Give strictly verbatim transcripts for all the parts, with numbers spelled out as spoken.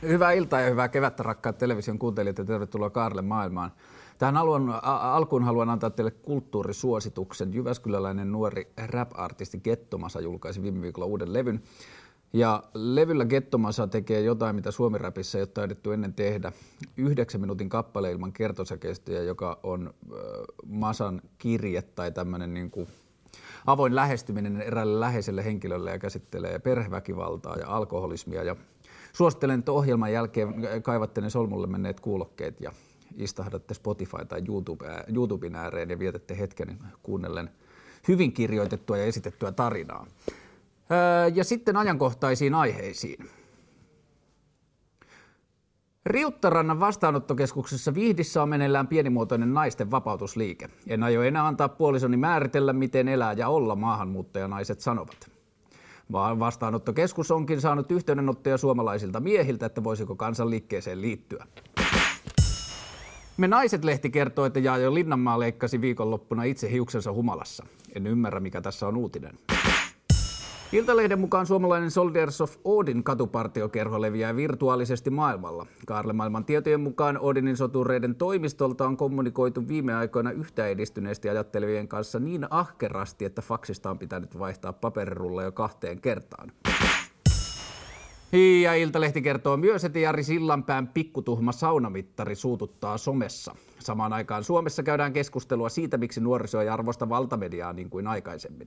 Hyvää iltaa ja hyvää kevättä, rakkaat television kuuntelijat, ja tervetuloa Kaarle maailmaan. Tähän haluan, a- alkuun haluan antaa teille kulttuurisuosituksen. Jyväskyläläinen nuori rap-artisti Gettomasa julkaisi viime viikolla uuden levyn. Ja levyllä Gettomasa tekee jotain, mitä Suomi-rapissa ei ole taidettu ennen tehdä. Yhdeksän minuutin kappale ilman kertosäkeistöjä, joka on äh, Masan kirje tai tämmöinen niin kuin avoin lähestyminen eräälle läheiselle henkilölle ja käsittelee perheväkivaltaa ja alkoholismia. Ja suosittelen, että ohjelman jälkeen kaivatte ne solmulle menneet kuulokkeet ja istahdatte Spotify tai YouTube, YouTuben ääreen ja vietätte hetken kuunnellen hyvin kirjoitettua ja esitettyä tarinaa. Ja sitten ajankohtaisiin aiheisiin. Riuttarannan vastaanottokeskuksessa Vihdissä on meneillään pienimuotoinen naisten vapautusliike. En aio enää antaa puolisoni määritellä, miten elää ja olla, maahanmuuttajanaiset sanovat. Vastaanottokeskus onkin saanut yhteydenottoja suomalaisilta miehiltä, että voisiko kansanliikkeeseen liittyä. Me naiset-lehti kertoo, että Jaajo Linnanmaa leikkasi viikonloppuna itse hiuksensa humalassa. En ymmärrä, mikä tässä on uutinen. Iltalehden mukaan suomalainen Soldiers of Odin katupartiokerho leviää virtuaalisesti maailmalla. Kaarle-maailman tietojen mukaan Odinin sotureiden toimistolta on kommunikoitu viime aikoina yhtä edistyneesti ajattelevien kanssa niin ahkerasti, että faksista on pitänyt vaihtaa paperirulla jo kahteen kertaan. Ja Iltalehti kertoo myös, että Jari Sillanpään pikkutuhma saunamittari suututtaa somessa. Samaan aikaan Suomessa käydään keskustelua siitä, miksi nuoriso ei arvosta valtamediaa niin kuin aikaisemmin.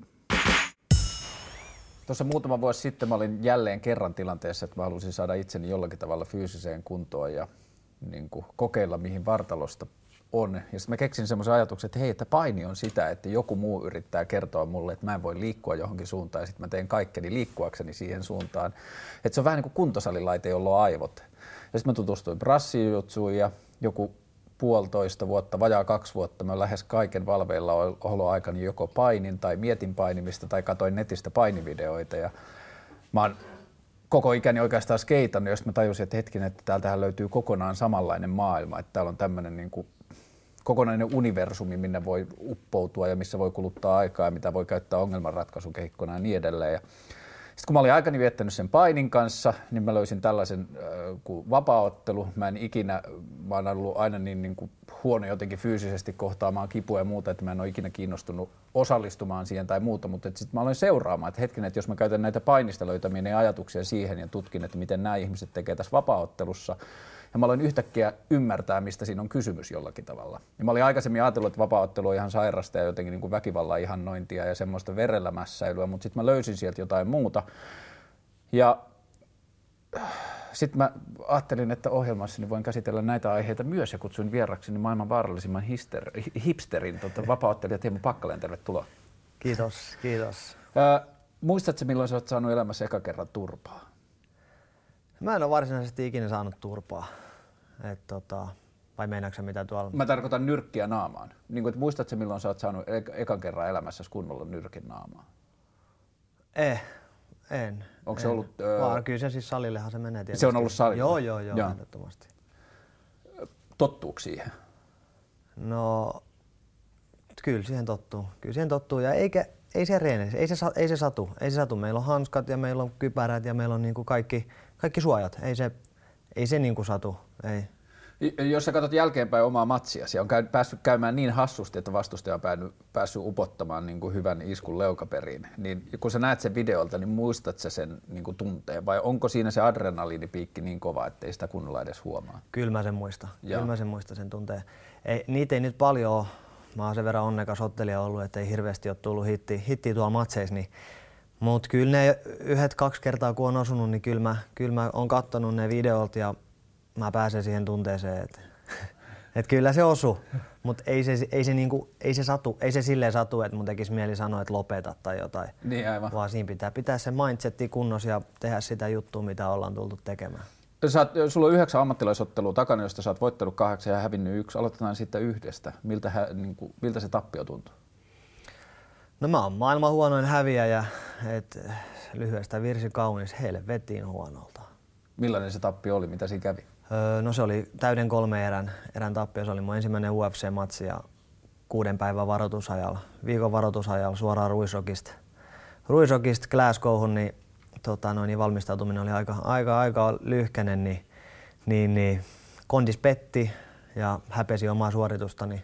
Tuossa muutama vuosi sitten mä olin jälleen kerran tilanteessa, että mä halusin saada itseni jollakin tavalla fyysiseen kuntoon ja niin kuin kokeilla, mihin vartalosta on. Ja sitten mä keksin semmoisen ajatuksen, että hei, että paini on sitä, että joku muu yrittää kertoa mulle, että mä en voi liikkua johonkin suuntaan, ja sitten mä teen kaikkeni liikkuakseni siihen suuntaan. Että se on vähän niin kuin kuntosalilaite, jolla on aivot. Ja sitten mä tutustuin brassijutsuun ja joku puolitoista vuotta, vajaa kaksi vuotta, mä lähes kaiken valveilla oloaikani joko painin tai mietin painimista tai katoin netistä painivideoita. Ja mä oon koko ikäni oikeastaan skeitannut, jos mä tajusin, että hetkinen, että täältähän löytyy kokonaan samanlainen maailma, että täällä on tämmöinen niin kuin kokonainen universumi, minne voi uppoutua ja missä voi kuluttaa aikaa ja mitä voi käyttää ongelmanratkaisukehikkona ja niin edelleen. Ja sitten kun mä olin aikani viettänyt sen painin kanssa, niin mä löysin tällaisen äh, kuin vapaaottelu. Mä en ikinä, mä oon ollut aina niin, niin kuin huono jotenkin fyysisesti kohtaamaan kipua ja muuta, että mä en ole ikinä kiinnostunut osallistumaan siihen tai muuta, mutta sitten mä aloin seuraamaan, että hetkinen, että jos mä käytän näitä painista löytämiä ajatuksia siihen ja tutkin, että miten nämä ihmiset tekee tässä vapaaottelussa, ja mä aloin yhtäkkiä ymmärtää, mistä siinä on kysymys jollakin tavalla. Ja mä olin aikaisemmin ajatellut, että vapaaottelu on ihan sairasta ja jotenkin niin kuin väkivallan ihannointia ja semmoista verellä mässäilyä, mutta sitten mä löysin sieltä jotain muuta. Ja sitten mä ajattelin, että ohjelmassani voin käsitellä näitä aiheita myös ja kutsuin vierakseni maailman vaarallisimman hister, hipsterin, tota, vapaaottelija Teemu Pakkaleen, tervetuloa. Kiitos, kiitos. Äh, muistatko, milloin sä oot saanut elämässä eka kerran turpaa? Mä en ole varsinaisesti ikinä saanut turpaa. Et tota, vai meinaatko mitä tuolla? Mä tarkoitan nyrkkiä naamaan. Niin kuin, että muistatko, milloin sä oot saanut e- ekan kerran elämässä kunnolla nyrkin naamaan? Eh, en. Onko en. se ollut... Öö... Vaan kyllä se siis salillehan se menee tietysti. Se on ollut salille? Joo, joo, joo, joo. Ehdottomasti. Tottuuko siihen? No, kyllä siihen tottuu. Kyllä siihen tottuu ja eikä, ei se reene, ei se, ei se satu. Ei se satu. Meillä on hanskat ja meillä on kypärät ja meillä on niinku kaikki, kaikki suojat. Ei se, ei se niinku satu. Ei. Jos sä katsot jälkeenpäin omaa matsiasi ja on käy, päässyt käymään niin hassusti, että vastustaja on päänyt, päässyt upottamaan niin kuin hyvän iskun leukaperiin, niin kun sä näet sen videolta, niin muistat sä sen niin kuin tunteen vai onko siinä se adrenaliinipiikki niin kova, ettei sitä kunnolla edes huomaa? Kyllä mä sen muistan. Kyllä mä sen muistan sen tunteen. Ei, niitä ei nyt paljon ole. Mä oon sen verran onnekas ottelija ollut, että ei hirveästi ole tullut hittiä, hittiä tuolla matseissa. Niin, mutta kyllä ne yhdet kaksi kertaa kun on osunut, niin kyllä mä, kyllä mä oon kattonut ne videot ja mä pääsen siihen tunteeseen, että et kyllä se osuu, mutta ei se, ei, se niinku, ei se satu, ei se silleen satu, että mun tekisi mieli sanoa, että lopeta tai jotain. Niin aivan. Vaan siinä pitää pitää se mindsetti kunnossa ja tehdä sitä juttua, mitä ollaan tultu tekemään. Sä oot, sulla on yhdeksän ammattilaisottelua takana, josta sä oot voittanut kahdeksan ja hävinnyt yksi. Aloitetaan siitä yhdestä. Miltä, hä, niin kuin, miltä se tappio tuntuu? No mä oon maailman huonoin häviäjä, että lyhyestä virsi kaunis, helvetin huonolta. Millainen se tappio oli? Mitä siinä kävi? Öö, no se oli täyden kolme erän, erän tappio. Se oli mun ensimmäinen U F C-matsi ja kuuden päivän varoitusajalla, viikon varoitusajalla suoraan Ruisrockista. Ruisrockista Glasgowhun, niin, tota, noin, niin valmistautuminen oli aika, aika, aika lyhkäinen, niin niin, niin kondis petti ja häpesi omaa suoritusta, niin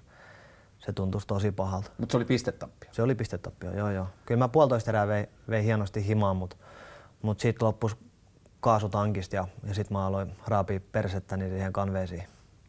se tuntui tosi pahalta. Mutta se oli pistetappio? Se oli pistetappio, joo joo. Kyllä mä puolitoista erää vei, vei hienosti himaan, mutta mut sitten loppus kaasutankista ja, ja sitten mä aloin raapia persettäni siihen kanveesiin.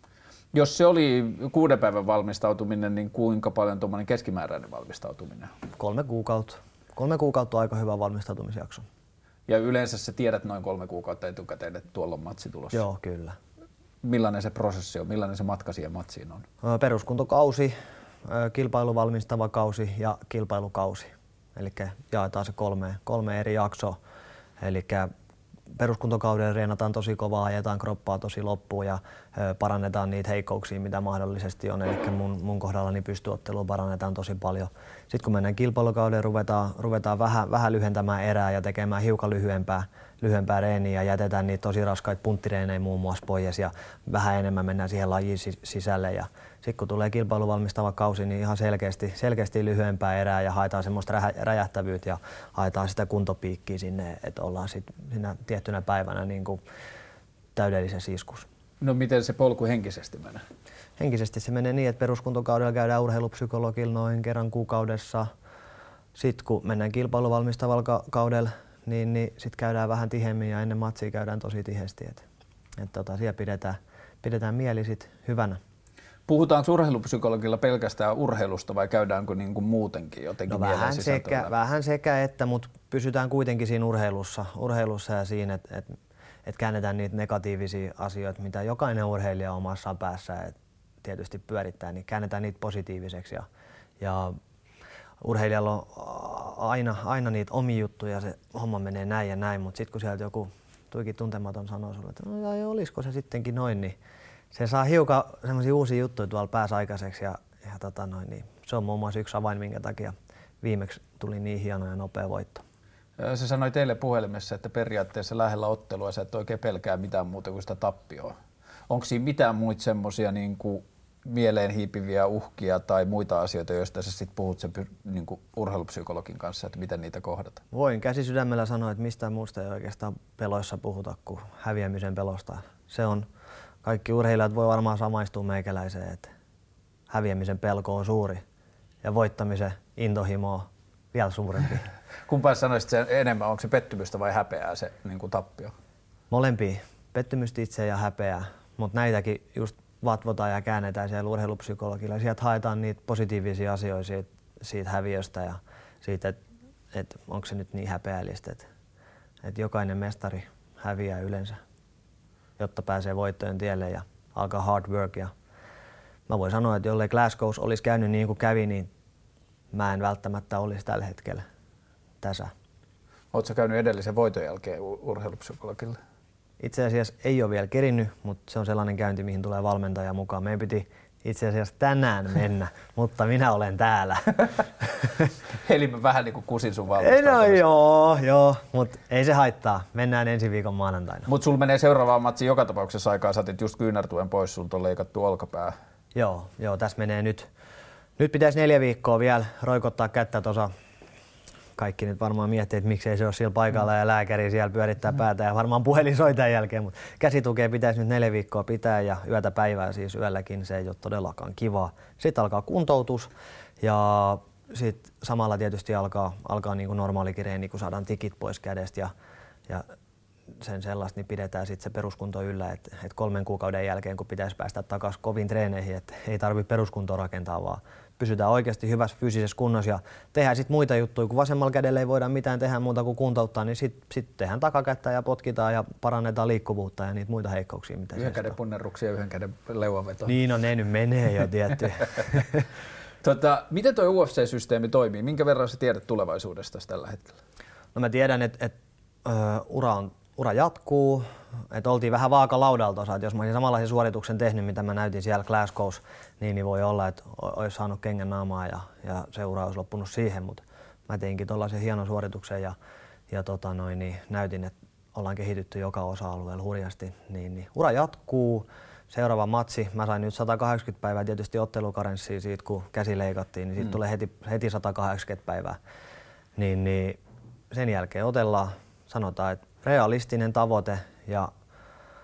Jos se oli kuuden päivän valmistautuminen, niin kuinka paljon tuommoinen keskimääräinen valmistautuminen? Kolme kuukautta. Kolme kuukautta on aika hyvä valmistautumisjakso. Ja yleensä sä tiedät noin kolme kuukautta etukäteen, että tuolla on matsi tulossa? Joo, kyllä. Millainen se prosessi on? Millainen se matka siihen matsiin on? Peruskuntokausi, kilpailuvalmistava kausi ja kilpailukausi. Eli jaetaan se kolme, kolme eri jaksoa. Eli peruskuntokaudella reenataan tosi kovaa, ajetaan kroppaa tosi loppuun ja parannetaan niitä heikkouksia, mitä mahdollisesti on. Eli mun, mun kohdallani pystyottelua parannetaan tosi paljon. Sitten kun mennään kilpailukaudelle, ruvetaan, ruvetaan vähän, vähän lyhentämään erää ja tekemään hiukan lyhyempää, lyhyempää reeniä ja jätetään niitä tosi raskaita punttireenejä muun muassa pois ja vähän enemmän mennään siihen lajiin sisälle. Ja sitten kun tulee kilpailuvalmistava kausi, niin ihan selkeästi, selkeästi lyhyempää erää ja haetaan semmoista räjähtävyyttä ja haetaan sitä kuntopiikkiä sinne, että ollaan sitten siinä tiettynä päivänä niin kuin täydellisessä iskussa. No miten se polku henkisesti menee? Henkisesti se menee niin, että peruskuntokaudella käydään urheilupsykologilla noin kerran kuukaudessa. Sitten kun mennään kilpailuvalmistavalla kaudella, niin, niin sitten käydään vähän tihemmin ja ennen matsia käydään tosi tiheästi. Et, et tota, siellä pidetään, pidetään mieli sit hyvänä. Puhutaanko urheilupsykologilla pelkästään urheilusta vai käydäänkö niin kuin muutenkin jotenkin no vähän sekä, vähän sekä että, mutta pysytään kuitenkin siinä urheilussa, urheilussa ja siinä, että et, et käännetään niitä negatiivisia asioita, mitä jokainen urheilija omassa päässä et tietysti pyörittää, niin käännetään niitä positiiviseksi. Ja, ja urheilijalla on aina, aina niitä omia juttuja, se homma menee näin ja näin, mutta sitten kun sieltä joku tuikin tuntematon sanoo sulle, että no joo, olisiko se sittenkin noin, niin se saa hiukan semmoisia uusia juttuja tuolla päässä aikaiseksi ja, ja tota noin, niin se on muun muassa yksi avain, minkä takia viimeksi tuli niin hieno ja nopea voitto. Se sanoi teille puhelimessa, että periaatteessa lähellä ottelua sä et oikein pelkää mitään muuta kuin sitä tappioa. Onko siinä mitään muita semmoisia niin kuin mieleen hiipiviä uhkia tai muita asioita, joista sä sit puhut sen niin kuin urheilupsykologin kanssa, että miten niitä kohdata? Voin käsi sydämellä sanoa, että mistään muusta ei oikeastaan peloissa puhuta kuin häviämisen pelosta. Se on, kaikki urheilijat voi varmaan samaistua meikäläiseen, että häviämisen pelko on suuri ja voittamisen intohimo on vielä suurempi. Kumpaan sanoisit sen enemmän, onko se pettymystä vai häpeää se niin kuin tappio? Molempia. Pettymystä itse ja häpeää, mutta näitäkin just vatvotaan ja käännetään siellä urheilupsykologilla. Sieltä haetaan niitä positiivisia asioita siitä, siitä häviöstä ja siitä, että et onko se nyt niin häpeällistä, että et jokainen mestari häviää yleensä, jotta pääsee voittojen tielle ja alkaa hard work. Ja mä voin sanoa, että jollei Glasgow olisi käynyt niin kuin kävi, niin mä en välttämättä olisi tällä hetkellä tässä. Oletko sä käynyt edellisen voiton jälkeen urheilupsykologille? Itse asiassa ei ole vielä kerinnyt, mutta se on sellainen käynti, mihin tulee valmentaja mukaan. Meidän piti itse asiassa tänään mennä, mutta minä olen täällä. Eli mä vähän niin kuin kusin sun valmistautumista. No joo, joo, mutta ei se haittaa. Mennään ensi viikon maanantaina. Mutta sulla menee seuraavaan matsiin joka tapauksessa aikaa. Sä otit just kyynärtuen pois, sulta on leikattu olkapää. Joo, joo, tässä menee nyt. Nyt pitäisi neljä viikkoa vielä roikottaa kättä tuossa. Kaikki nyt varmaan miettii, että miksei se ole siellä paikalla mm. ja lääkäri siellä pyörittää mm. päätä ja varmaan puhelin soi tämän jälkeen, mutta käsitukea pitäisi nyt neljä viikkoa pitää ja yötä päivää siis yölläkin, se ei ole todellakaan kivaa. Sitten alkaa kuntoutus ja sitten samalla tietysti alkaa, alkaa niin kuin normaalikin reeni, kun saadaan tikit pois kädestä ja, ja sen sellaista, niin pidetään sitten se peruskunto yllä, että et kolmen kuukauden jälkeen, kun pitäisi päästä takaisin kovin treeneihin, että ei tarvitse peruskuntoa rakentaa, vaan pysytään oikeasti hyvässä fyysisessä kunnossa ja tehdään sitten muita juttuja. Kun vasemmalla kädellä ei voida mitään tehdä muuta kuin kuntouttaa, niin sitten sit tehdään takakättä ja potkitaan ja parannetaan liikkuvuutta ja niitä muita heikkouksia. Mitä yhden käden punnerruksia ja yhden käden leuanvetoa. Niin, no ne nyt menee jo tietty. tota, miten tuo U F C-systeemi toimii? Minkä verran sä tiedät tulevaisuudesta tällä hetkellä? No mä tiedän, että et, ura, on, ura jatkuu. Et oltiin vähän vaakalaudalta osa, että jos mä olisin samanlaisen suorituksen tehnyt, mitä mä näytin siellä Glasgow's, niin, niin voi olla, että olisi saanut kengän naamaa ja, ja se ura olisi loppunut siihen, mutta mä teinkin tuollaisen hienon suorituksen ja, ja tota noin, niin näytin, että ollaan kehitytty joka osa-alueella hurjasti. Niin, niin. Ura jatkuu. Seuraava matsi, mä sain nyt sata kahdeksankymmentä päivää tietysti ottelukarenssia siitä, kun käsi leikattiin, niin siitä mm. tulee heti, heti sata kahdeksankymmentä päivää. Niin, niin sen jälkeen otellaan, sanotaan, että realistinen tavoite ja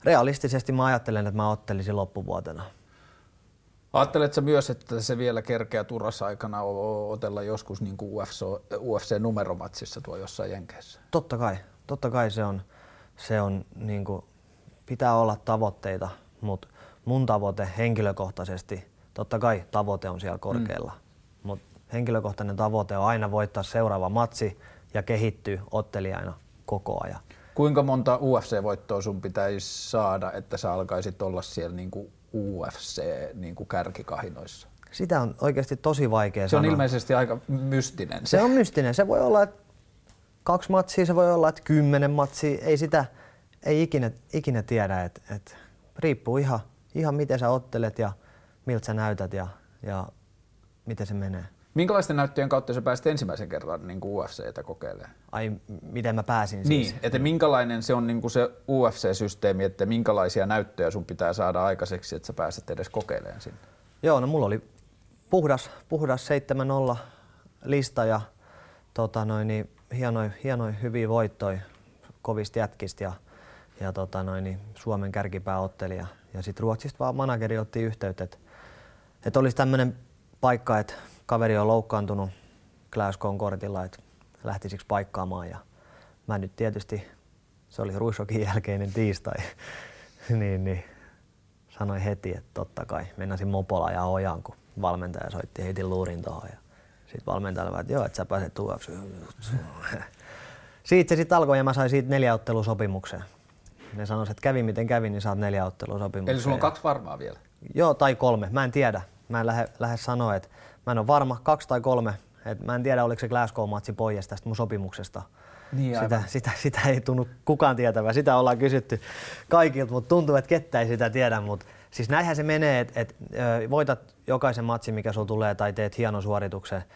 realistisesti mä ajattelen, että mä ottelisin loppuvuotena. Ajatteletko myös, että se vielä kerkeä turassa-aikana otella joskus niin kuin U F C-numeromatsissa tuo jossain Jenkeissä? Totta kai. Totta kai se on, se on niin kuin, pitää olla tavoitteita, mutta mun tavoite henkilökohtaisesti, totta kai tavoite on siellä korkealla, mm. mutta henkilökohtainen tavoite on aina voittaa seuraava matsi ja kehittyä ottelijana koko ajan. Kuinka monta U F C-voittoa sun pitäisi saada, että sä alkaisit olla siellä niin kuin U F C-kärkikahinoissa? Sitä on oikeasti tosi vaikea se sanoa. Se on ilmeisesti aika mystinen. Se on mystinen. Se voi olla, että kaksi matsia, se voi olla, että kymmenen matsia. Ei sitä ei ikinä, ikinä tiedä. Et, et riippuu ihan, ihan miten sä ottelet ja miltä sä näytät ja, ja miten se menee. Minkälaisten näyttöjen kautta sä pääsit ensimmäisen kerran niin kuin U F C:tä kokeilemaan? Ai, miten mä pääsin niin, siis? Että minkälainen se on niin kuin se U F C-systeemi, että minkälaisia näyttöjä sun pitää saada aikaiseksi, että sä pääset edes kokeilemaan sinne? Joo, no mulla oli puhdas, puhdas seitsemän nolla lista ja tota noin, niin, hienoja, hienoja hyviä voittoja kovista jätkistä ja, ja tota noin, niin, Suomen kärkipääottelija. Ja sitten Ruotsista vaan manageri otti yhteyttä, että et olisi tämmöinen paikka, että kaveri on loukkaantunut Glasgow'n kortilla, että lähtisikö paikkaamaan. Ja mä nyt tietysti, se oli Ruissokin jälkeinen tiistai, niin, niin sanoin heti, että totta kai. Mennäsin mopolla ja ojaan, kun valmentaja soitti, heitin luurin tuohon. Sitten valmentaja oli, että joo, että sä pääset U F C:ään. Siitä se sitten alkoi ja mä sain siitä neljä ottelusopimuksen. Ne sanoivat, että kävi miten kävi, niin saat neljä ottelusopimuksen. Eli sulla on kaksi varmaa vielä? Joo, tai kolme. Mä en tiedä. Mä en lähde, lähde sanoa, että mä en ole varma, kaksi tai kolme. Et mä en tiedä, oliko se Glasgow-matsi pois tästä mun sopimuksesta. Niin, sitä, sitä, sitä ei tunnu kukaan tietävää. Sitä ollaan kysytty kaikilta, mutta tuntuu, että kettä ei sitä tiedä. Mut, siis näinhän se menee, että et, voitat jokaisen matsin, mikä sulla tulee, tai teet hienon suorituksen,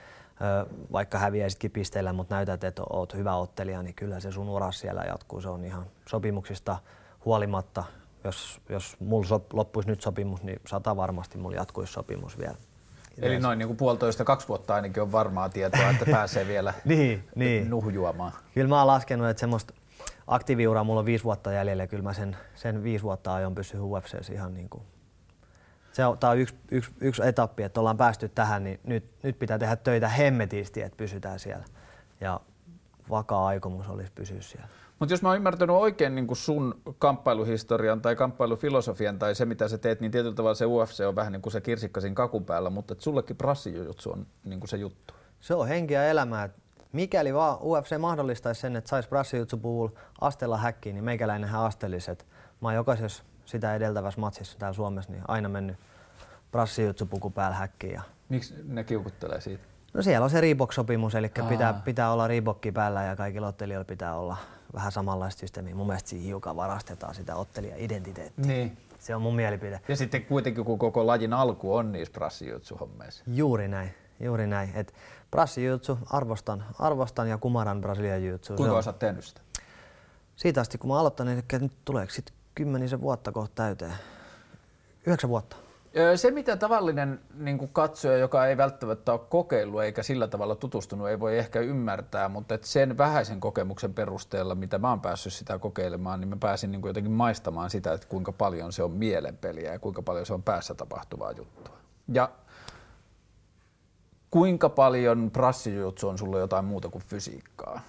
vaikka häviäisitkin pisteillä, mutta näytät, että oot hyvä ottelija, niin kyllä se sun uras siellä jatkuu. Se on ihan sopimuksista huolimatta. Jos, jos mulla sop, loppuisi nyt sopimus, niin sata varmasti mulla jatkuisi sopimus vielä. Eli noin niin kuin puolitoista, kaksi vuotta ainakin on varmaa tietoa, että pääsee vielä niin, niin. nuhjuamaan. Kyllä mä oon laskenut, että semmoista aktiiviuraa mulla on viisi vuotta jäljellä ja kyllä mä sen, sen viisi vuotta aion pysyä U F C:ssä ihan niin kuin. Se on, tää on yksi, yksi, yksi etappi, että ollaan päästy tähän, niin nyt, nyt pitää tehdä töitä hemmetisti, että pysytään siellä. Ja vakaa aikomus olisi pysyä siellä. Mutta jos mä oon ymmärtänyt oikein niin kuin sun kamppailuhistorian tai kamppailufilosofian tai se mitä sä teet, niin tietyllä tavalla se U F C on vähän niin kuin se kirsikka siinä kakun päällä, mutta et sullekin brassijujutsu on niin kuin se juttu. Se on henki ja elämää. Mikäli vaan U F C mahdollistaisi sen, että saisi brassijutsupuvulla astella häkkiin, niin meikäläinenhän astelisi. Mä oon jokaisessa sitä edeltävässä matsissa täällä Suomessa niin aina mennyt brassijutsupuku päällä häkkiin. Ja... Miksi ne kiukuttelee siitä? No siellä on se Reebok-sopimus, eli pitää, pitää olla Reebokki päällä ja kaikilla ottelijoilla pitää olla vähän samanlaista systeemiä. Mun mielestä siinä hiukan varastetaan sitä ottelijan-identiteettiä. Niin. Se on mun mielipide. Ja sitten kuitenkin kun koko lajin alku on niissä brassijutsu-hommeissa. Juuri näin, juuri näin. Et brassijutsu arvostan, arvostan ja kumaran brasilian jutsu. Kuinka on... sä oot tehnyt sitä? Siitä asti kun mä aloittan, eli nyt tuleeko sitten kymmenisen vuotta kohta täyteen? Yhdeksän vuotta. Se, mitä tavallinen niin kuin katsoja, joka ei välttämättä ole kokeillut eikä sillä tavalla tutustunut, ei voi ehkä ymmärtää, mutta et sen vähäisen kokemuksen perusteella, mitä mä oon päässyt sitä kokeilemaan, niin mä pääsin niin kuin jotenkin maistamaan sitä, että kuinka paljon se on mielenpeliä ja kuinka paljon se on päässä tapahtuvaa juttua. Ja kuinka paljon brassijutsu on sulla jotain muuta kuin fysiikkaa?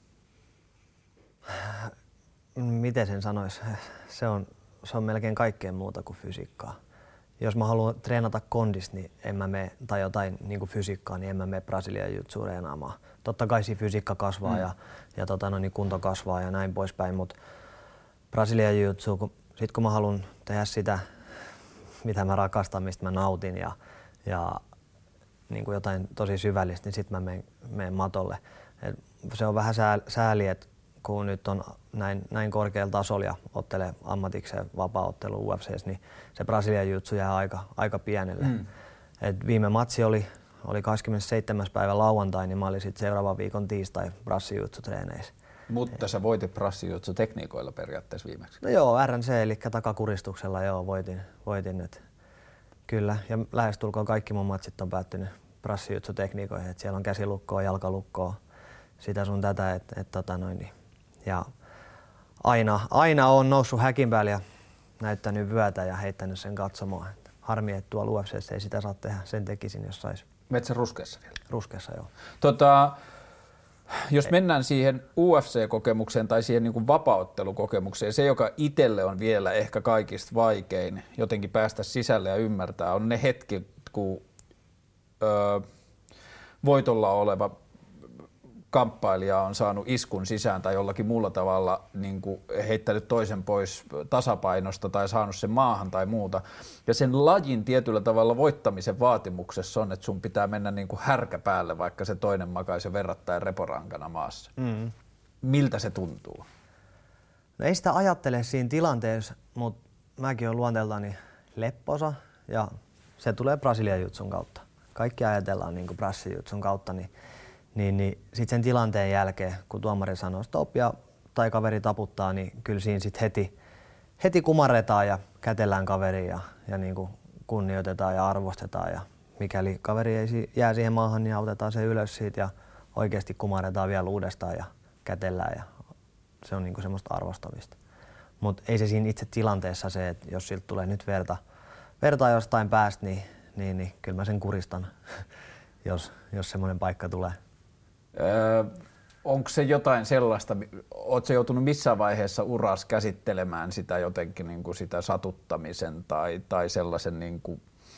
Miten sen sanoisi? Se on, se on melkein kaikkea muuta kuin fysiikkaa. Jos mä haluan treenata kondista niin en mä mene, tai jotain niin kuin fysiikkaa, niin en mä mene Brasilian jutsuun treenaamaan. Totta kai siinä fysiikka kasvaa mm. ja, ja tota, no, niin kunto kasvaa ja näin poispäin, mutta Brasilian jutsu, kun, sit kun mä haluan tehdä sitä, mitä mä rakastan, mistä mä nautin ja, ja niin kuin jotain tosi syvällistä, niin sit mä menen, menen matolle. Et se on vähän sääli, että kun nyt on näin, näin korkealla tasolla ja ottelee ammatikseen vapaa-ottelu U F C:ssä, niin se Brasilian jutsu jää aika, aika pienelle. Mm. Et viime matsi oli, oli kahdeskymmenesseitsemäs päivä lauantai, niin mä olin sitten seuraavan viikon tiistai brassijutsu-treeneissä. Mutta sä voitit brassijutsu-tekniikoilla periaatteessa viimeksi? No joo, R N C eli takakuristuksella joo, voitin. voitin et kyllä, ja lähestulkoon kaikki mun matsit on päättynyt brassijutsu-tekniikoihin. Et siellä on käsilukkoa, jalkalukkoa, sitä sun tätä, että et, tota noin, niin. Ja aina, aina on noussut häkin päälle ja näyttänyt vyötä ja heittänyt sen katsomaan. Harmi, että tuolla U F C:ssä ei sitä saa tehdä. Sen tekisin, jos sais. Metsä ruskeassa vielä? Ruskeassa, joo. Tota, jos mennään siihen U F C-kokemukseen tai siihen niin kuin vapauttelukokemukseen, se joka itselle on vielä ehkä kaikista vaikein jotenkin päästä sisälle ja ymmärtää, on ne hetki, kun öö, voitolla oleva kamppailija on saanut iskun sisään tai jollakin muulla tavalla niin kuin heittänyt toisen pois tasapainosta tai saanut sen maahan tai muuta. Ja sen lajin tietyllä tavalla voittamisen vaatimuksessa on, että sun pitää mennä niin kuin härkä päälle, vaikka se toinen makaisi verrattain reporankana maassa. Mm. Miltä se tuntuu? No ei sitä ajattele siinä tilanteessa, mutta mäkin olen luonteeltani lepposa ja se tulee Brasilian jutsun kautta. Kaikki ajatellaan niin kuin brassijutsun kautta, niin Niin, niin sitten sen tilanteen jälkeen, kun tuomari sanoo stop ja, tai kaveri taputtaa, niin kyllä siinä sitten heti, heti kumarretaan ja kätellään kaveriin ja, ja niin kuin kunnioitetaan ja arvostetaan. Ja mikäli kaveri ei jää siihen maahan, niin autetaan se ylös siitä ja oikeasti kumarretaan vielä uudestaan ja kätellään. Ja se on niin kuin semmoista arvostamista. Mutta ei se siinä itse tilanteessa se, että jos siltä tulee nyt verta, verta jostain päästä, niin, niin, niin kyllä mä sen kuristan, jos, jos semmoinen paikka tulee. Öö, onko se jotain sellaista, ootko sä joutunut missään vaiheessa uras käsittelemään sitä jotenkin niin kuin sitä satuttamisen tai, tai sellaisen niin kuin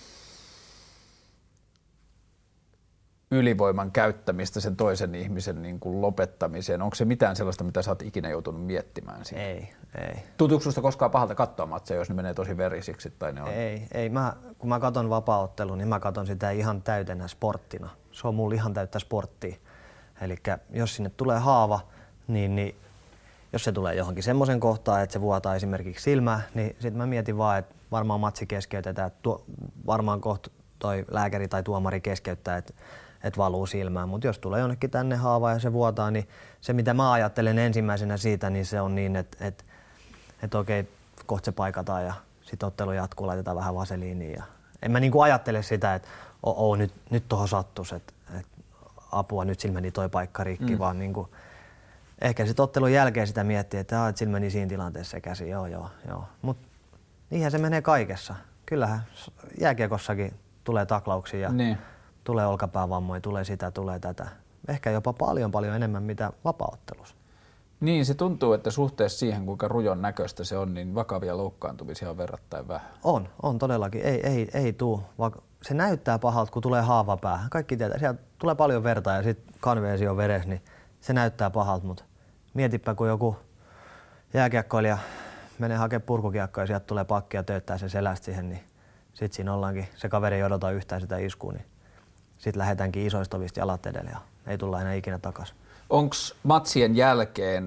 ylivoiman käyttämistä sen toisen ihmisen niin kuin lopettamiseen? Onko se mitään sellaista, mitä sä oot ikinä joutunut miettimään siinä? Ei, ei. Tuntuuko susta koskaan pahalta katsoa matseja, jos ne menee tosi verisiksi? Tai ne on... Ei, ei. Mä, kun mä katon vapaa-ottelun, niin mä katon sitä ihan täytenä sporttina. Se on mulla ihan täyttä sporttia. Eli jos sinne tulee haava, niin, niin jos se tulee johonkin semmoisen kohtaan, että se vuotaa esimerkiksi silmää, niin sitten mä mietin vaan, että varmaan matsi keskeytetään, että tuo, varmaan kohta toi lääkäri tai tuomari keskeyttää, että, että valuu silmään. Mutta jos tulee jonnekin tänne haava ja se vuotaa, niin se mitä mä ajattelen ensimmäisenä siitä, niin se on niin, että, että, että okei, kohta se paikataan ja sitten ottelu jatkuu, laitetaan vähän vaseliiniin. Ja en mä niinku ajattele sitä, että oo, oo, nyt, nyt tohon sattuisi, että, että apua, nyt sillä meni toi paikka rikki, mm. vaan niinku, ehkä sitten ottelun jälkeen sitä miettii, että, että sillä meni siinä tilanteessa se käsi, joo joo joo. Mutta niinhän se menee kaikessa. Kyllähän jääkiekossakin tulee taklauksia ja niin. Tulee olkapäävammoja, tulee sitä, tulee tätä. Ehkä jopa paljon paljon enemmän mitä vapaa-ottelussa. Niin, se tuntuu, että suhteessa siihen, kuinka rujon näköistä se on, niin vakavia loukkaantumisia on verrattain vähän. On, on todellakin. Ei, ei, ei tuu. Se näyttää pahalta, kun tulee haava päähän. Kaikki tietää, sieltä tulee paljon verta ja sitten kanveesi on veressä, niin se näyttää pahalta. Mutta mietipä, kun joku jääkiekkoilija menee hakemaan purkukiekkoa ja sieltä tulee pakki ja töyttää sen selästä siihen, niin sitten siinä ollaankin, se kaveri ei odota yhtään sitä iskua, niin sitten lähdetäänkin isoista ovista jalat edelle ja ei tulla enää ikinä takaisin. Onko matsien jälkeen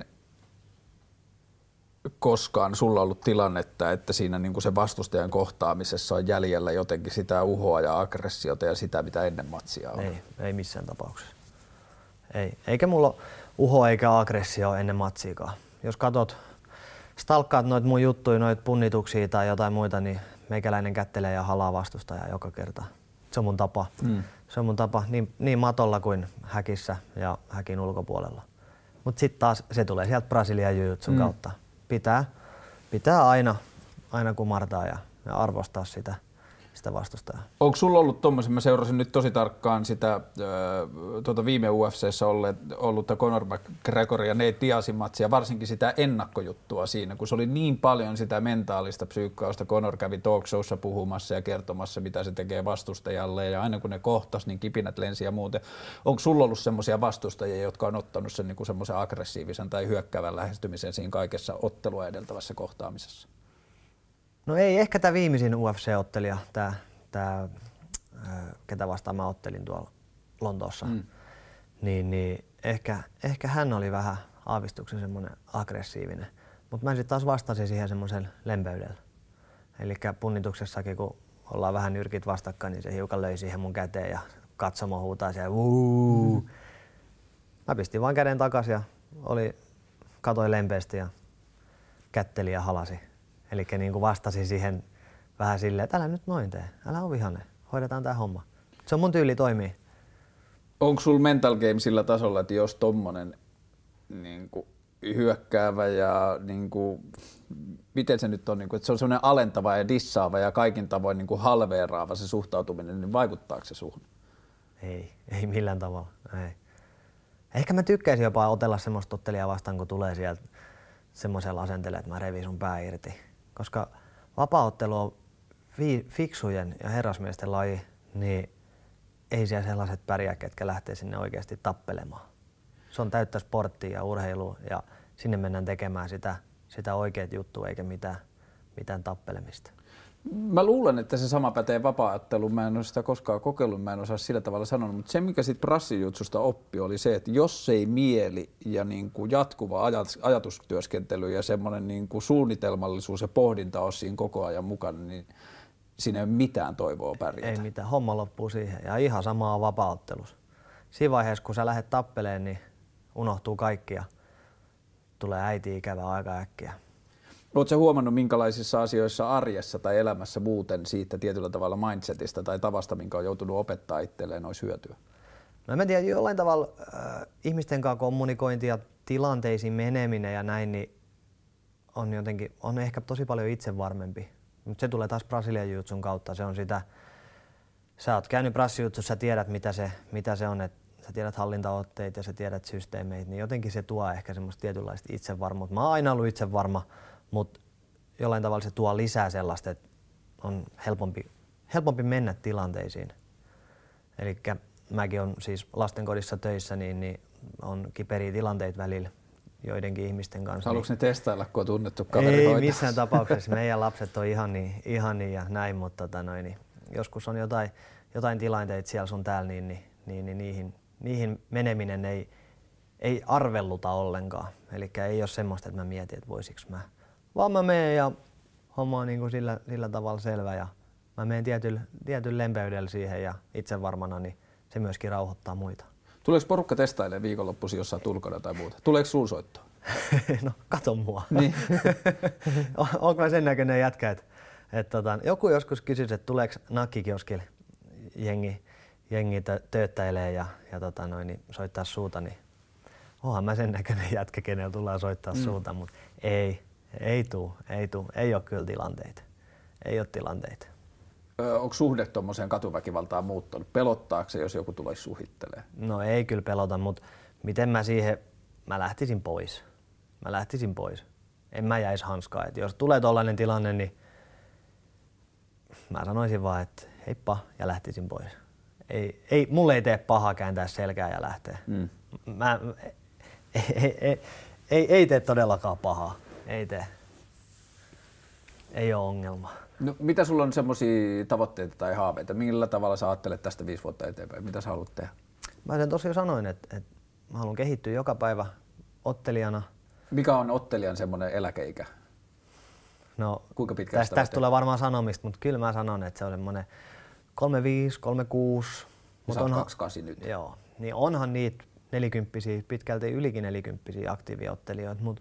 koskaan sulla ollut tilannetta, että siinä niinku se vastustajan kohtaamisessa on jäljellä jotenkin sitä uhoa ja aggressiota ja sitä, mitä ennen matsia on? Ei, ei missään tapauksessa. Ei. Eikä mulla ole uhoa eikä aggressio ennen matsiikaan. Jos katot, stalkkaat noit mun juttuja, noit punnituksia tai jotain muita, niin meikäläinen kättelee ja halaa vastustajaa joka kerta. Se on mun tapa. Mm. Se on mun tapa niin, niin matolla kuin häkissä ja häkin ulkopuolella. Mutta sitten taas se tulee sieltä Brasilian jiu-jitsun mm. kautta. Pitää, pitää aina, aina kumartaa ja, ja arvostaa sitä, sitä vastustajaa. Onko sulla ollut tommoisen, mä seurasin nyt tosi tarkkaan sitä äh, tuota viime U F C:ssä ollutta Conor McGregor ja Nate Diazin matsia, varsinkin sitä ennakkojuttua siinä, kun se oli niin paljon sitä mentaalista psyykkausta. Conor kävi talk showssa puhumassa ja kertomassa, mitä se tekee vastustajalle ja aina kun ne kohtas, niin kipinät lensi ja muuten. Onko sulla ollut semmoisia vastustajia, jotka on ottanut sen niin semmoisen aggressiivisen tai hyökkäävän lähestymisen siinä kaikessa ottelua edeltävässä kohtaamisessa? No ei, ehkä tämä viimeisin U F C-ottelija, tämä, tämä, ketä vastaan mä ottelin tuolla Lontoossa, mm. niin, niin ehkä, ehkä hän oli vähän aavistuksen semmoinen aggressiivinen. Mutta mä sitten taas vastasin siihen semmoisen lempeydellä. Eli punnituksessakin, kun ollaan vähän nyrkit vastakkain, niin se hiukan löi siihen mun käteen ja katsomo huutaa siellä Wuu! Mm. Mä pistin vaan käden takaisin ja oli, katoi lempeästi ja kätteli ja halasi. Eli niin kuin vastasin siihen vähän silleen, että älä nyt noin tee, älä ole vihainen, hoidetaan tää homma. Se on mun tyyli toimii. Onko sulla mental game sillä tasolla, että jos tommonen niin kuin hyökkäävä ja niin kuin, miten se nyt on, niin kuin, että se on semmoinen alentava ja dissaava ja kaikin tavoin niin kuin halveeraava se suhtautuminen, niin vaikuttaako se suhun? Ei, ei millään tavalla. Ei. Ehkä mä tykkäisin jopa otella semmoista ottelijaa vastaan, kun tulee sieltä semmoisella asenteella, että mä revin sun pää irti. Koska vapaaottelu on fi- fiksujen ja herrasmiesten laji, niin ei siellä sellaiset pärjää, ketkä lähtee sinne oikeasti tappelemaan. Se on täyttä sporttia ja urheilua ja sinne mennään tekemään sitä, sitä oikeat juttua eikä mitään, mitään tappelemista. Mä luulen, että se sama pätee vapaa-otteluun. Mä en ole sitä koskaan kokeillut, mä en osaa sillä tavalla sanoa, mutta se mikä sitten brassijutsusta oppi oli se, että jos ei mieli ja niin kuin jatkuva ajatus, ajatustyöskentely ja semmoinen niin kuin suunnitelmallisuus ja pohdinta ole siinä koko ajan mukana, niin siinä ei ole mitään toivoa pärjätä. Ei mitään, homma loppuu siihen ja ihan sama on vapaa-ottelussa. Siinä vaiheessa, kun sä lähdet tappeleen, niin unohtuu kaikki ja tulee äiti ikävä aika äkkiä. Oletko huomannut, minkälaisissa asioissa arjessa tai elämässä muuten siitä tietyllä tavalla mindsetistä tai tavasta, minkä on joutunut opettaa itselleen, olisi hyötyä? No en tiedä, jollain tavalla äh, ihmisten kanssa kommunikointi ja tilanteisiin meneminen ja näin, niin on jotenkin, on ehkä tosi paljon itsevarmempi. Mutta se tulee taas Brasilian jiu-jitsun kautta. Se on sitä, sä oot käynyt brassijutsussa, sä tiedät mitä se, mitä se on, että sä tiedät hallintaotteita ja sä tiedät systeemeitä, niin jotenkin se tuo ehkä semmoista tietynlaista itsevarmuutta. Mä oon aina ollut itsevarma, mutta jollain tavalla se tuo lisää sellaista, että on helpompi, helpompi mennä tilanteisiin. Elikkä mäkin on siis lastenkodissa töissä, niin, niin on kiperiä tilanteita välillä joidenkin ihmisten kanssa. Haluatko ne testailla, kun on tunnettu kaveri Ei hoitaa? missään tapauksessa. Meidän lapset on ihania, ihania ja näin, mutta tota noin, niin joskus on jotain, jotain tilanteita siellä sun täällä, niin, niin, niin, niin niihin, niihin meneminen ei, ei arvelluta ollenkaan. Eli ei ole semmoista, että mä mietin, että voisiko mä. Vaan mä menen ja homma on niin kuin sillä, sillä tavalla selvä ja mä menen tietyllä, tietyllä lempeydellä siihen ja itse varmana, niin se myöskin rauhoittaa muita. Tuleeko porukka testailemaan viikonloppuisin jossain tulkona tai muuta? Tuleeko sulla soittoa? No, kato mua. Niin. Onko mä sen näköinen jätkä, että, että tota, joku joskus kysyisi, että tuleeko nakkikioskille jengi, jengi tööttäilee ja, ja tota noin, niin soittaa suuta, niin onhan mä sen näköinen jätkä, kenellä tullaan soittaa mm. suuta, mutta ei, ei tuu, ei tuu, ei ole kyllä tilanteita. Ei ole tilanteita. Öö, onko suhde tuommoiseen katuväkivaltaan muuttunut? Pelottaako se, jos joku tulisi suhittelemaan? No ei kyllä pelota, mutta miten mä siihen, mä lähtisin pois. Mä lähtisin pois. En mä jäisi hanskaan. Et jos tulee tollainen tilanne, niin mä sanoisin vaan, että heippa ja lähtisin pois. Ei, ei, mulle ei tee pahaa kääntää selkää ja lähteä. Mm. Mä, ei, ei, ei, ei, ei tee todellakaan pahaa. Ei tee. Ei ole ongelma. No, mitä sulla on semmoisia tavoitteita tai haaveita? Millä tavalla sä ajattelet tästä viisi vuotta eteenpäin? Mitä sä haluat tehdä? Mä sen tosiaan sanoin, että, että mä haluan kehittyä joka päivä ottelijana. Mikä on ottelijan semmoinen eläkeikä? No, kuinka pitkään tästä, tästä tulee varmaan sanomista, mutta kyllä mä sanon, että se on semmoinen kolmekymmentäviisi kolmekymmentäkuusi. Sä oot kaksikymmentäkahdeksan nyt. Joo, niin onhan niitä nelikymppisiä, pitkälti ylikin nelikymppisiä aktiiviottelijoita, mutta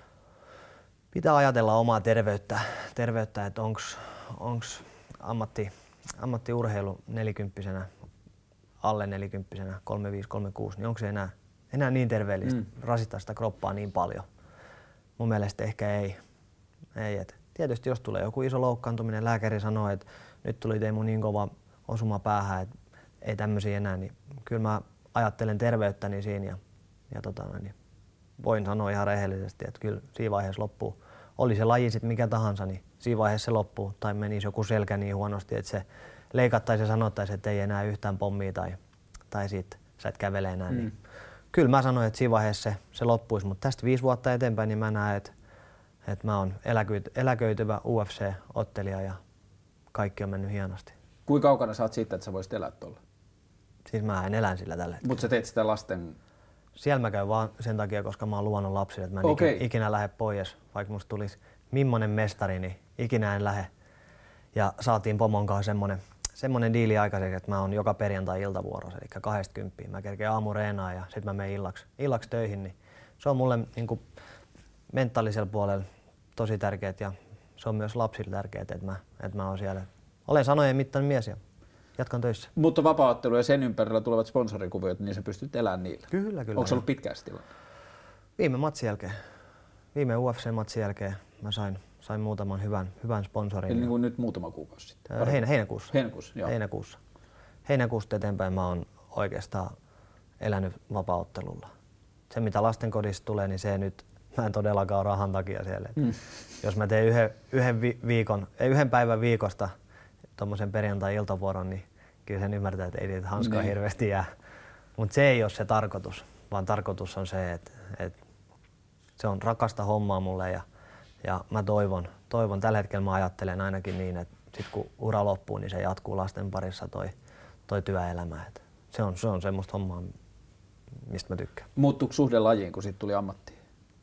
pitää ajatella omaa terveyttä, terveyttä että onks, onks ammatti, ammattiurheilu nelikymppisenä, alle nelikymppisenä, kolmekymmentäviisi kolmekymmentäkuusi, niin onko se enää, enää niin terveellistä, mm. rasittaa sitä kroppaa niin paljon? Mun mielestä ehkä ei. ei et. Tietysti jos tulee joku iso loukkaantuminen, lääkäri sanoo, että nyt tuli Teemu niin kova osuma päähän, että ei tämmöisiä enää, niin kyllä mä ajattelen terveyttäni siinä ja, ja tota, niin voin sanoa ihan rehellisesti, että kyllä siinä vaiheessa loppuu. Oli se laji sitten mikä tahansa, niin siinä vaiheessa se loppuu. Tai menisi joku selkä niin huonosti, että se leikattaisiin ja sanottaisiin, että ei enää yhtään pommia tai, tai sitten sä et kävele enää. Mm. Niin kyllä mä sanoin, että siinä vaiheessa se, se loppuisi, mutta tästä viisi vuotta eteenpäin niin mä näen, että, että mä oon eläköityvä U F C-ottelija ja kaikki on mennyt hienosti. Kuinka kaukana sä oot siitä, että sä voisit elää tuolla? Siis mä en elän sillä tällä hetkellä. Mutta sä teet sitä lasten... Siellä mä käyn vaan sen takia, koska mä oon luvannut lapsille, että mä en okay. ikinä, ikinä lähde pois. Vaikka musta tulisi millainen mestari, niin ikinä en lähde. Ja saatiin pomon kanssa semmonen, semmonen diili aikaiseksi, että mä oon joka perjantai iltavuorossa, eli kahdesta kymppiin. Mä kerkeen aamureenaan ja sit mä menen illaksi, illaksi töihin. Niin se on mulle niin kuin mentaalisella puolella tosi tärkeet ja se on myös lapsille tärkeet, että mä, että mä oon siellä. Olen sanojen mittainen mies ja jatkan töissä. Mutta vapaa-ottelu ja sen ympärillä tulevat sponsorikuviot, niin sä pystyt elämään niillä. Kyllä, kyllä. Onko se ollut pitkään se tilanne? Viime matsin jälkeen, viime U F C-matsin jälkeen mä sain, sain muutaman hyvän, hyvän sponsorin. Eli niin kuin nyt muutama kuukausi sitten? Heinä, heinäkuussa. Heinäkuussa, joo. Heinäkuussa. Heinäkuusta eteenpäin mä oon oikeastaan elänyt vapaa-ottelulla. Se mitä lastenkodista tulee, niin se nyt, mä en todellakaan ole rahan takia siellä. Mm. Jos mä teen yhden, yhden, viikon, ei, yhden päivän viikosta tommosen perjantai-iltavuoron, niin kyllä sen ymmärtää, että ei niitä hanskaa niin hirveästi jää. Mutta se ei ole se tarkoitus, vaan tarkoitus on se, että, että se on rakasta hommaa mulle ja, ja mä toivon, toivon, tällä hetkellä mä ajattelen ainakin niin, että sit kun ura loppuu, niin se jatkuu lasten parissa toi, toi työelämä. Et se on, se on semmoista hommaa, mistä mä tykkään. Muuttuuko suhde lajiin, kun siitä tuli ammattiin?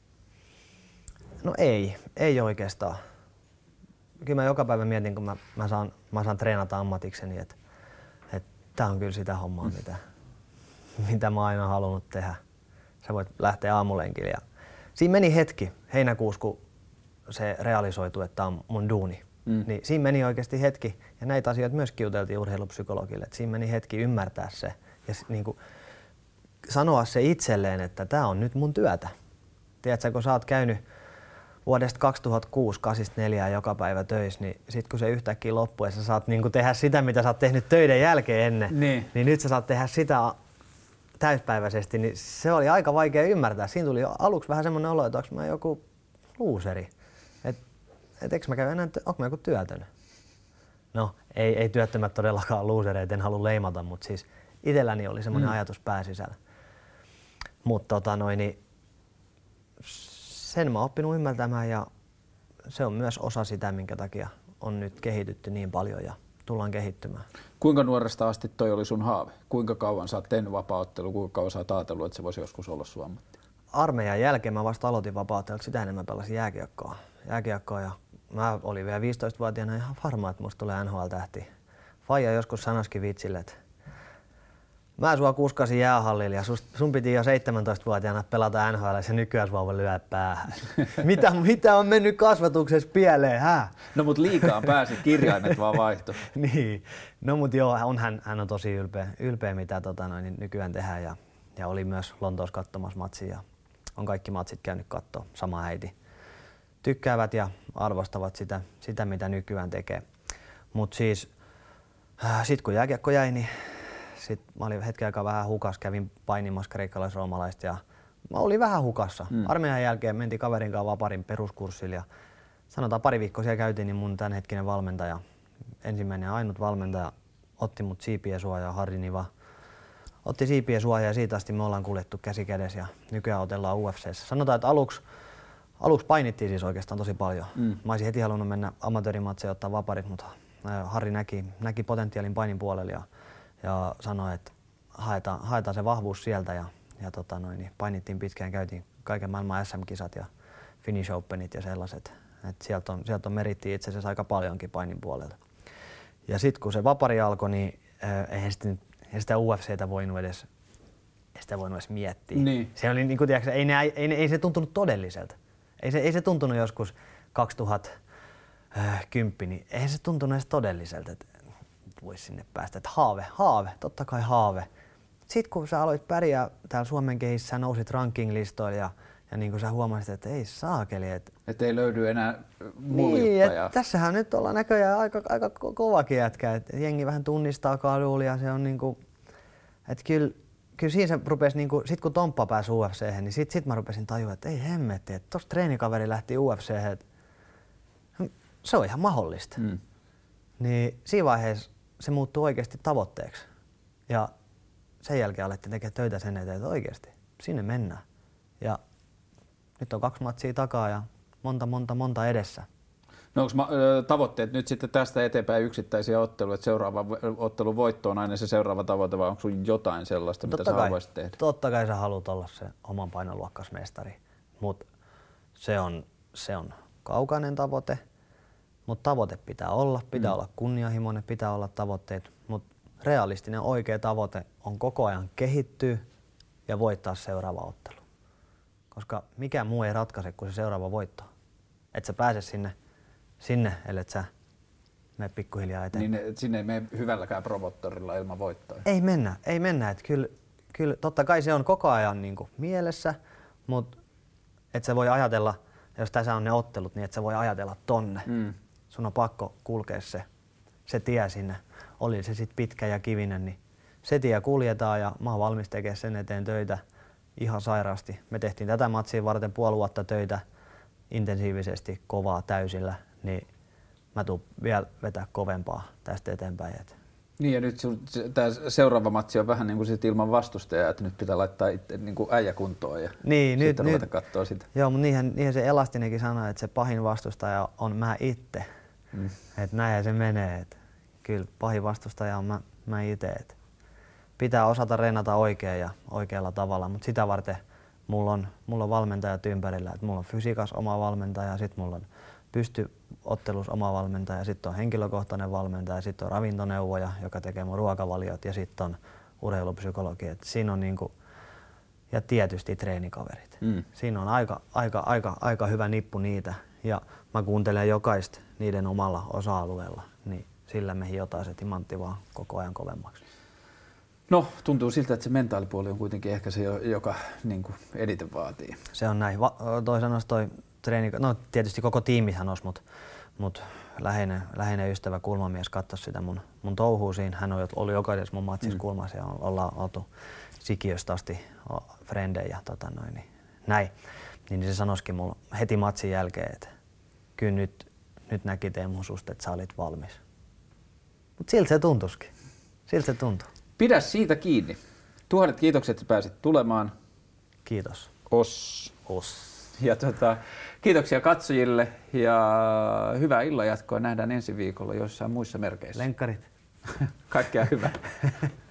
No ei, ei oikeastaan. Kyllä mä joka päivä mietin, kun mä, mä, saan, mä saan treenata ammatikseni, että et tää on kyllä sitä hommaa, mm. mitä, mitä mä oon aina halunnut tehdä. Sä voit lähteä aamulenkille. Ja siinä meni hetki heinäkuussa, kun se realisoitui, että tää on mun duuni. Mm. Niin siinä meni oikeasti hetki, ja näitä asioita myös kiuteltiin urheilupsykologille, että siinä meni hetki ymmärtää se ja niin kuin sanoa se itselleen, että tää on nyt mun työtä. Tiedätkö, kun sä oot käynyt vuodesta kaksituhattakuusi kahdeksankymmentäneljä joka päivä töissä, niin sit kun se yhtäkkiä loppuu ja sä saat niin kuin tehdä sitä, mitä sä oot tehnyt töiden jälkeen ennen, niin, niin nyt sä saat tehdä sitä täyspäiväisesti, niin se oli aika vaikea ymmärtää. Siinä tuli aluksi vähän semmoinen olo, että onko mä joku luuseri. Että et eikö mä käy enää, onko mä joku työtön? No, ei, ei työttömät todellakaan luusereita, en halua leimata, mutta siis itselläni oli semmoinen mm. ajatus pääsisällä. Mutta tota noin, niin sen mä oon oppinut ymmärtämään ja se on myös osa sitä, minkä takia on nyt kehitytty niin paljon ja tullaan kehittymään. Kuinka nuoresta asti toi oli sun haave? Kuinka kauan sä oot tehnyt vapaa-ottelua? Kuinka kauan sä oot ajatellut, että se voisi joskus olla sun ammatti? Armeijan jälkeen mä vasta aloitin vapaa-ottelua, sitä enemmän pelasin jääkiekkoa. jääkiekkoa ja mä olin vielä viisitoistavuotiaana ihan varma, että musta tulee N H L-tähti. Faija joskus sanoisikin vitsille, että mä sua kuskasin jäähallilla ja sun piti jo seitsemäntoistavuotiaana pelata N H L ja nykyään sua voi lyödä päähän. mitä, mitä on mennyt kasvatuksessa pieleen, hä? No mut liikaan pääsi, kirjaimet vaan vaihto. Niin, no mut joo, on, hän, hän on tosi ylpeä, ylpeä mitä tota, noin, nykyään tehdään ja, ja oli myös Lontoossa katsomassa matsia ja on kaikki matsit käynyt katsoa, sama äiti. Tykkäävät ja arvostavat sitä, sitä mitä nykyään tekee. Mut siis äh, sit kun jääkiekko jäi, niin sit mä olin hetken aikaa vähän hukas, kävin painimassa kreikkalais-roomalaista ja mä olin vähän hukassa. Mm. Armeijan jälkeen mentiin kaverin kanssa vaparin peruskurssille ja sanotaan pari viikkoa siellä käytiin, niin mun tämänhetkinen valmentaja, ensimmäinen ja ainut valmentaja, otti mut siipien suojaa, Harri Niva. Otti siipien suojaa ja siitä asti me ollaan kuljettu käsi kädessä ja nykyään otellaan U F C:ssä. Sanotaan, että aluksi, aluksi painittiin siis oikeastaan tosi paljon. Mm. Mä olisin heti halunnut mennä amatöörimatseen ottaa vaparit, mutta Harri näki, näki potentiaalin painin puolella ja ja sanoi, että haetaan, haetaan se vahvuus sieltä ja, ja tota noin, niin painittiin pitkään, käytiin kaiken maailman S M-kisat ja Finnish Openit ja sellaiset. Et sieltä on, sieltä on merittiin itse asiassa aika paljonkin painin puolelta. Ja sitten kun se vapari alkoi, niin äh, eihän sitä, eihän sitä U F C:tä voinut edes, ei sitä voinut edes miettiä. Niin. Se oli, niin kuin, tiedätkö, ei, ne, ei, ei, ei se tuntunut todelliselta. Ei se, ei se tuntunut joskus kaksituhattakymmenen, niin eihän se tuntunut edes todelliselta. Voisi sinne päästä, että haave, haave, totta kai haave. Sitten kun sä aloit pärjää täällä Suomen kehissä, sä nousit ranking-listoille ja, ja niin kuin sä huomasit, että ei saakeli. Että et ei löydy enää muljutta. Niin, ja tässähän nyt ollaan näköjään aika, aika kovakin jätkä, että jengi vähän tunnistaa kadulla ja se on niinku, että kyllä, kyllä siinä se rupesi niinku, sit kun Tomppa pääsi U F C:hen, niin sit, sit mä rupesin tajua, että ei hemmetti, että tossa treenikaveri lähti U F C:hen, että se on ihan mahdollista. Mm. Niin siinä vaiheessa se muuttui oikeasti tavoitteeksi. Ja sen jälkeen alettiin tekemään töitä sen eteen, että oikeasti sinne mennään. Ja nyt on kaksi matsia takaa ja monta, monta, monta edessä. No onko tavoitteet nyt sitten tästä eteenpäin yksittäisiä otteluja, että seuraava ottelun voitto on aina se seuraava tavoite, vai onko sinulla jotain sellaista, totta mitä kai, sä haluaisit tehdä? Totta kai sä haluat olla se oman painoluokkasmestari, mutta se on, se on kaukainen tavoite. Mutta tavoite pitää olla, pitää mm. olla kunnianhimoinen, pitää olla tavoitteet, mutta realistinen oikea tavoite on koko ajan kehittyä ja voittaa seuraava ottelu. Koska mikään muu ei ratkaise kuin se seuraava voitto. Et sä pääse sinne, sinne ellet sä mene pikkuhiljaa eteenpäin. Niin sinne ei mene hyvälläkään promottorilla ilman voittoa. Ei mennä, ei mennä. Et kyllä, kyllä, totta kai se on koko ajan niinku mielessä, mutta että se voi ajatella, jos tässä on ne ottelut, niin että se voi ajatella tonne. Mm. Sun on pakko kulkea se, se tie sinne. Oli se sitten pitkä ja kivinen, niin se tie kuljetaan ja mä oon valmis tekemään sen eteen töitä ihan sairaasti. Me tehtiin tätä matsia varten puoli vuotta töitä intensiivisesti, kovaa, täysillä, niin mä tuun vielä vetää kovempaa tästä eteenpäin. Niin ja nyt tämä seuraava matsi on vähän niin kuin sit ilman vastustajaa, että nyt pitää laittaa itse niin kuin äijä kuntoon ja niin, sitten nyt, ruveta katsoa sitä. Joo, mutta niinhän, niinhän se Elastinenkin sanoi, että se pahin vastustaja on mä itse. Mm. Että näinhän se menee. Et kyllä pahin vastustaja on mä, mä itse. Et pitää osata reenata oikein ja oikealla tavalla, mutta sitä varten mulla on, mulla on valmentajat ympärillä. Et mulla on fysiikas oma valmentaja, sitten mulla on pystyottelus oma valmentaja, sitten on henkilökohtainen valmentaja, sitten on ravintoneuvoja, joka tekee mun ruokavaliot ja sitten on urheilupsykologi. Et siinä on niinku, ja tietysti treenikaverit. Mm. Siinä on aika, aika, aika, aika hyvä nippu niitä ja mä kuuntelen jokaista niiden omalla osa-alueella, niin sillä me hiotaan se timantti vaan koko ajan kovemmaksi. No, tuntuu siltä, että se mentaalipuoli on kuitenkin ehkä se, joka niin kuin eniten vaatii. Se on näin. Va- toi sanois toi treeni, no tietysti koko tiimihän olisi, mutta mut läheinen, läheinen ystävä kulmamies katsoi sitä mun, mun touhua siinä. Hän oli, oli jokaisessa mun matsissa mm. kulmassa ja ollaan oltu sikiöstä asti frendejä. Tota noin, niin näin. Niin se sanoisikin mulle heti matsin jälkeen, että kyllä nyt, nyt näki Teemu susta, että sä olit valmis. Mutta siltä se tuntuisikin. Siltä se tuntuu. Pidä siitä kiinni. Tuhannet kiitokset, että pääsit tulemaan. Kiitos. Os. Os. Ja tota, kiitoksia katsojille ja hyvää illanjatkoa. Nähdään ensi viikolla joissain muissa merkeissä. Lenkkarit. Kaikkea hyvää.